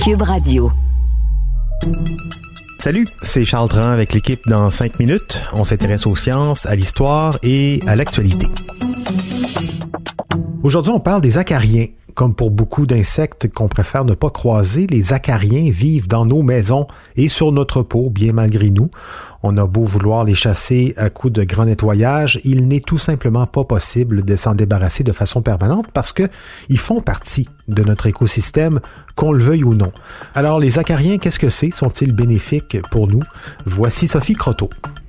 Cube Radio. Salut, c'est Charles Dran avec l'équipe dans 5 minutes. On s'intéresse aux sciences, à l'histoire et à l'actualité. Aujourd'hui, on parle des acariens. Comme pour beaucoup d'insectes qu'on préfère ne pas croiser, les acariens vivent dans nos maisons et sur notre peau, bien malgré nous. On a beau vouloir les chasser à coups de grand nettoyage, il n'est tout simplement pas possible de s'en débarrasser de façon permanente parce que ils font partie de notre écosystème, qu'on le veuille ou non. Alors, les acariens, qu'est-ce que c'est? Sont-ils bénéfiques pour nous? Voici Sophie Croteau.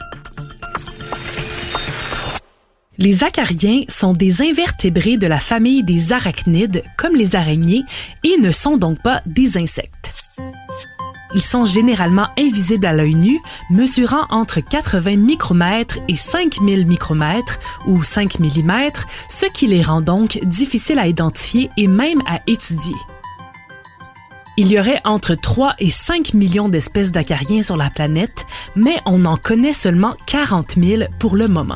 Les acariens sont des invertébrés de la famille des arachnides, comme les araignées, et ne sont donc pas des insectes. Ils sont généralement invisibles à l'œil nu, mesurant entre 80 micromètres et 5000 micromètres, ou 5 mm, ce qui les rend donc difficiles à identifier et même à étudier. Il y aurait entre 3 et 5 millions d'espèces d'acariens sur la planète, mais on en connaît seulement 40 000 pour le moment.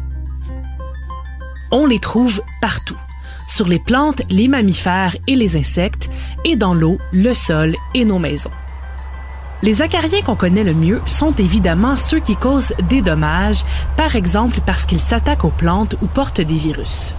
On les trouve partout, sur les plantes, les mammifères et les insectes, et dans l'eau, le sol et nos maisons. Les acariens qu'on connaît le mieux sont évidemment ceux qui causent des dommages, par exemple parce qu'ils s'attaquent aux plantes ou portent des virus.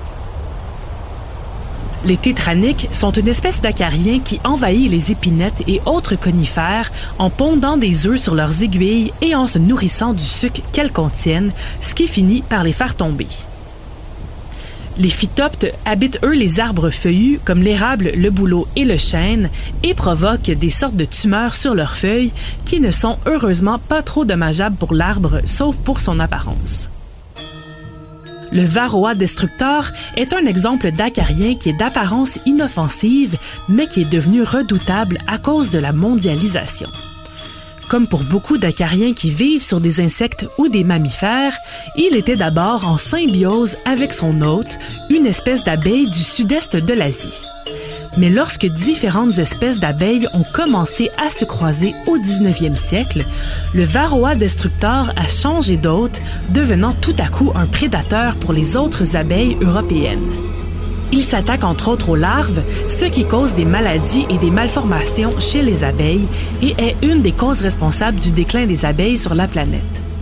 Les tétraniques sont une espèce d'acarien qui envahit les épinettes et autres conifères en pondant des œufs sur leurs aiguilles et en se nourrissant du sucre qu'elles contiennent, ce qui finit par les faire tomber. Les phytoptes habitent, eux, les arbres feuillus comme l'érable, le bouleau et le chêne et provoquent des sortes de tumeurs sur leurs feuilles qui ne sont heureusement pas trop dommageables pour l'arbre, sauf pour son apparence. Le Varroa destructor est un exemple d'acarien qui est d'apparence inoffensive, mais qui est devenu redoutable à cause de la mondialisation. Comme pour beaucoup d'acariens qui vivent sur des insectes ou des mammifères, il était d'abord en symbiose avec son hôte, une espèce d'abeille du sud-est de l'Asie. Mais lorsque différentes espèces d'abeilles ont commencé à se croiser au 19e siècle, le Varroa destructor a changé d'hôte, devenant tout à coup un prédateur pour les autres abeilles européennes. Il s'attaque entre autres aux larves, ce qui cause des maladies et des malformations chez les abeilles et est une des causes responsables du déclin des abeilles sur la planète.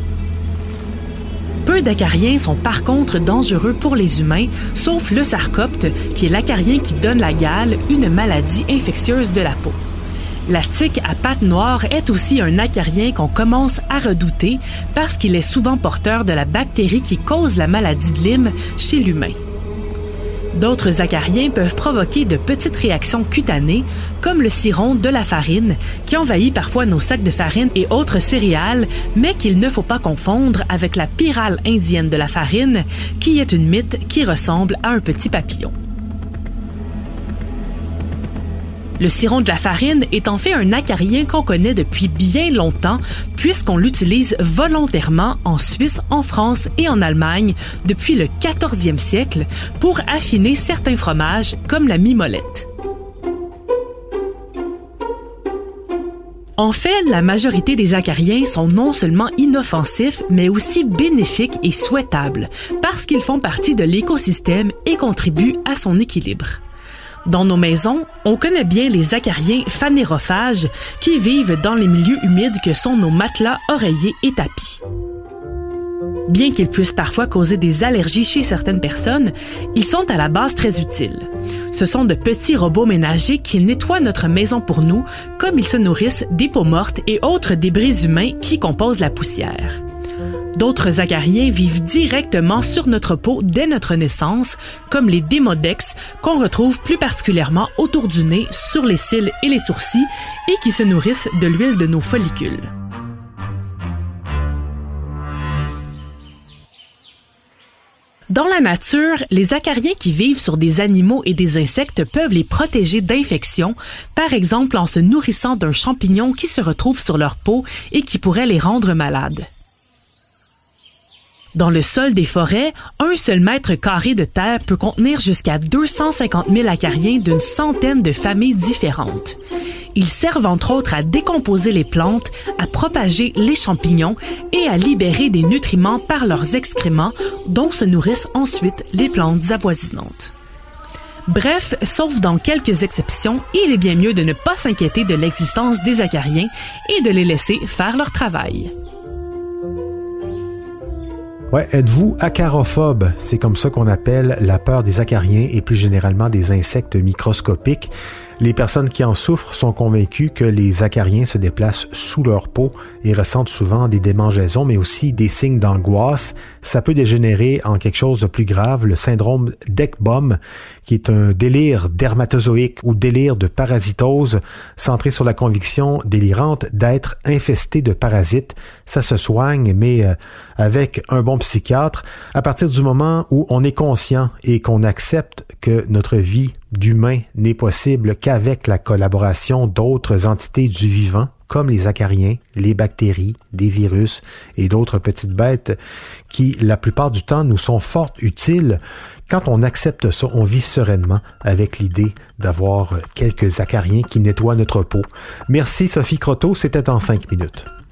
Peu d'acariens sont par contre dangereux pour les humains, sauf le sarcopte, qui est l'acarien qui donne la gale, une maladie infectieuse de la peau. La tique à pattes noires est aussi un acarien qu'on commence à redouter parce qu'il est souvent porteur de la bactérie qui cause la maladie de Lyme chez l'humain. D'autres acariens peuvent provoquer de petites réactions cutanées, comme le ciron de la farine, qui envahit parfois nos sacs de farine et autres céréales, mais qu'il ne faut pas confondre avec la pyrale indienne de la farine, qui est une mite qui ressemble à un petit papillon. Le ciron de la farine est en fait un acarien qu'on connaît depuis bien longtemps puisqu'on l'utilise volontairement en Suisse, en France et en Allemagne depuis le 14e siècle pour affiner certains fromages comme la mimolette. En fait, la majorité des acariens sont non seulement inoffensifs, mais aussi bénéfiques et souhaitables parce qu'ils font partie de l'écosystème et contribuent à son équilibre. Dans nos maisons, on connaît bien les acariens phanérophages qui vivent dans les milieux humides que sont nos matelas, oreillers et tapis. Bien qu'ils puissent parfois causer des allergies chez certaines personnes, ils sont à la base très utiles. Ce sont de petits robots ménagers qui nettoient notre maison pour nous, comme ils se nourrissent des peaux mortes et autres débris humains qui composent la poussière. D'autres acariens vivent directement sur notre peau dès notre naissance, comme les Démodex, qu'on retrouve plus particulièrement autour du nez, sur les cils et les sourcils, et qui se nourrissent de l'huile de nos follicules. Dans la nature, les acariens qui vivent sur des animaux et des insectes peuvent les protéger d'infections, par exemple en se nourrissant d'un champignon qui se retrouve sur leur peau et qui pourrait les rendre malades. Dans le sol des forêts, un seul mètre carré de terre peut contenir jusqu'à 250 000 acariens d'une centaine de familles différentes. Ils servent entre autres à décomposer les plantes, à propager les champignons et à libérer des nutriments par leurs excréments, dont se nourrissent ensuite les plantes avoisinantes. Bref, sauf dans quelques exceptions, il est bien mieux de ne pas s'inquiéter de l'existence des acariens et de les laisser faire leur travail. Ouais, êtes-vous acarophobe? C'est comme ça qu'on appelle la peur des acariens et plus généralement des insectes microscopiques. Les personnes qui en souffrent sont convaincues que les acariens se déplacent sous leur peau et ressentent souvent des démangeaisons, mais aussi des signes d'angoisse. Ça peut dégénérer en quelque chose de plus grave, le syndrome d'Ekbom, qui est un délire dermatozoïque ou délire de parasitose centré sur la conviction délirante d'être infesté de parasites. Ça se soigne, mais avec un bon psychiatre, à partir du moment où on est conscient et qu'on accepte que notre vie d'humain n'est possible qu'avec la collaboration d'autres entités du vivant, comme les acariens, les bactéries, des virus et d'autres petites bêtes qui, la plupart du temps, nous sont fort utiles. Quand on accepte ça, on vit sereinement avec l'idée d'avoir quelques acariens qui nettoient notre peau. Merci Sophie Croteau, c'était en 5 minutes.